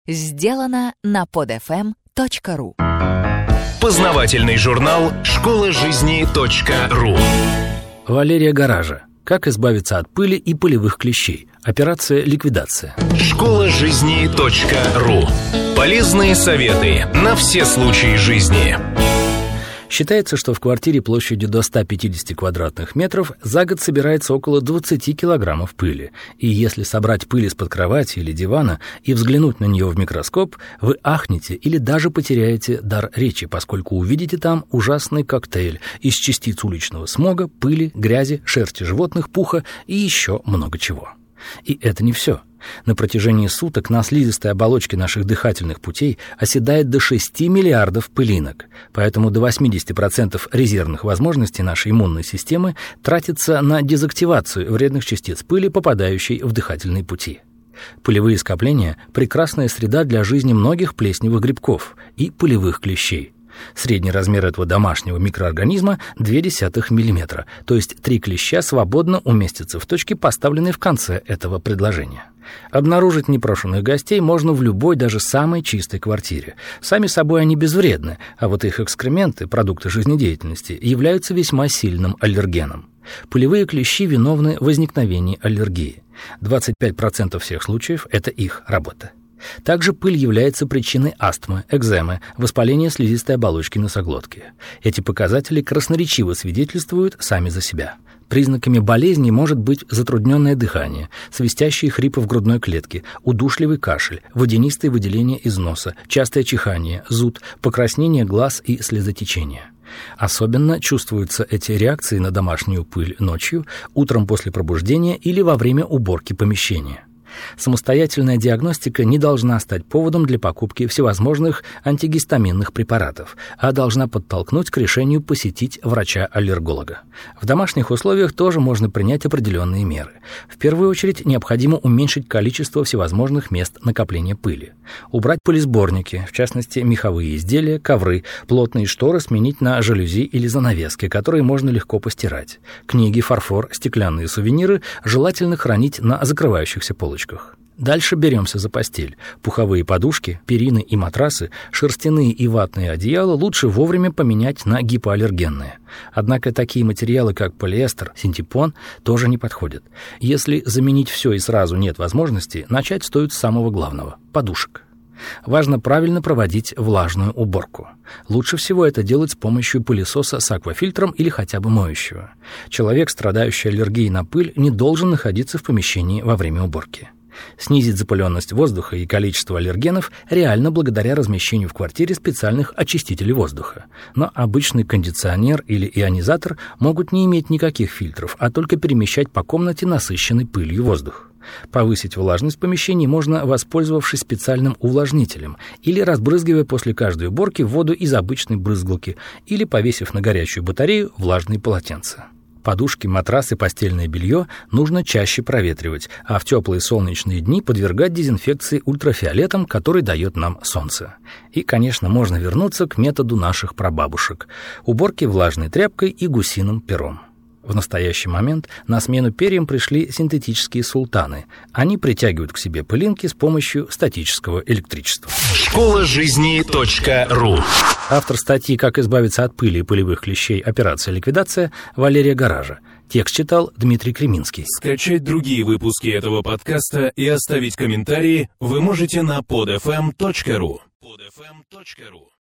Сделано на podfm.ru. Познавательный журнал «Школа жизни.ру». Валерия Гаража. Как избавиться от пыли и пылевых клещей. Операция «Ликвидация». Школа жизни.ру. Полезные советы на все случаи жизни. Считается, что в квартире площадью до 150 квадратных метров за год собирается около 20 килограммов пыли. И если собрать пыль из-под кровати или дивана и взглянуть на нее в микроскоп, вы ахнете или даже потеряете дар речи, поскольку увидите там ужасный коктейль из частиц уличного смога, пыли, грязи, шерсти животных, пуха и еще много чего. И это не все. На протяжении суток на слизистой оболочке наших дыхательных путей оседает до 6 миллиардов пылинок. Поэтому до 80% резервных возможностей нашей иммунной системы тратится на дезактивацию вредных частиц пыли, попадающей в дыхательные пути. Пылевые скопления – прекрасная среда для жизни многих плесневых грибков и пылевых клещей. Средний размер этого домашнего микроорганизма – 0,2 мм, то есть 3 клеща свободно уместятся в точке, поставленной в конце этого предложения. Обнаружить непрошенных гостей можно в любой, даже самой чистой квартире. Сами собой они безвредны, а вот их экскременты, продукты жизнедеятельности, являются весьма сильным аллергеном. Пылевые клещи виновны в возникновении аллергии. 25% всех случаев – это их работа. Также пыль является причиной астмы, экземы, воспаления слизистой оболочки носоглотки. Эти показатели красноречиво свидетельствуют сами за себя. Признаками болезни может быть затрудненное дыхание, свистящие хрипы в грудной клетке, удушливый кашель, водянистые выделения из носа, частое чихание, зуд, покраснение глаз и слезотечение. Особенно чувствуются эти реакции на домашнюю пыль ночью, утром после пробуждения или во время уборки помещения. Самостоятельная диагностика не должна стать поводом для покупки всевозможных антигистаминных препаратов, а должна подтолкнуть к решению посетить врача-аллерголога. В домашних условиях тоже можно принять определенные меры. В первую очередь необходимо уменьшить количество всевозможных мест накопления пыли. Убрать пылесборники, в частности меховые изделия, ковры, плотные шторы сменить на жалюзи или занавески, которые можно легко постирать. Книги, фарфор, стеклянные сувениры желательно хранить на закрывающихся полочках. Дальше беремся за постель. Пуховые подушки, перины и матрасы, шерстяные и ватные одеяла лучше вовремя поменять на гипоаллергенные. Однако такие материалы, как полиэстер, синтепон, тоже не подходят. Если заменить все и сразу нет возможности, начать стоит с самого главного – подушек. Важно правильно проводить влажную уборку. Лучше всего это делать с помощью пылесоса с аквафильтром или хотя бы моющего. Человек, страдающий аллергией на пыль, не должен находиться в помещении во время уборки. Снизить запыленность воздуха и количество аллергенов реально благодаря размещению в квартире специальных очистителей воздуха. Но обычный кондиционер или ионизатор могут не иметь никаких фильтров, а только перемещать по комнате насыщенный пылью воздух. Повысить влажность помещений можно, воспользовавшись специальным увлажнителем или разбрызгивая после каждой уборки воду из обычной брызгалки или повесив на горячую батарею влажные полотенца. Подушки, матрасы, постельное белье нужно чаще проветривать, а в теплые солнечные дни подвергать дезинфекции ультрафиолетом, который дает нам солнце. И, конечно, можно вернуться к методу наших прабабушек – уборки влажной тряпкой и гусиным пером. В настоящий момент на смену перьям пришли синтетические султаны. Они притягивают к себе пылинки с помощью статического электричества. Школа жизни.ру. Автор статьи «Как избавиться от пыли и пылевых клещей. Операция «Ликвидация» Валерия Гаража. Текст читал Дмитрий Креминский. Скачать другие выпуски этого подкаста и оставить комментарии вы можете на podfm.ru.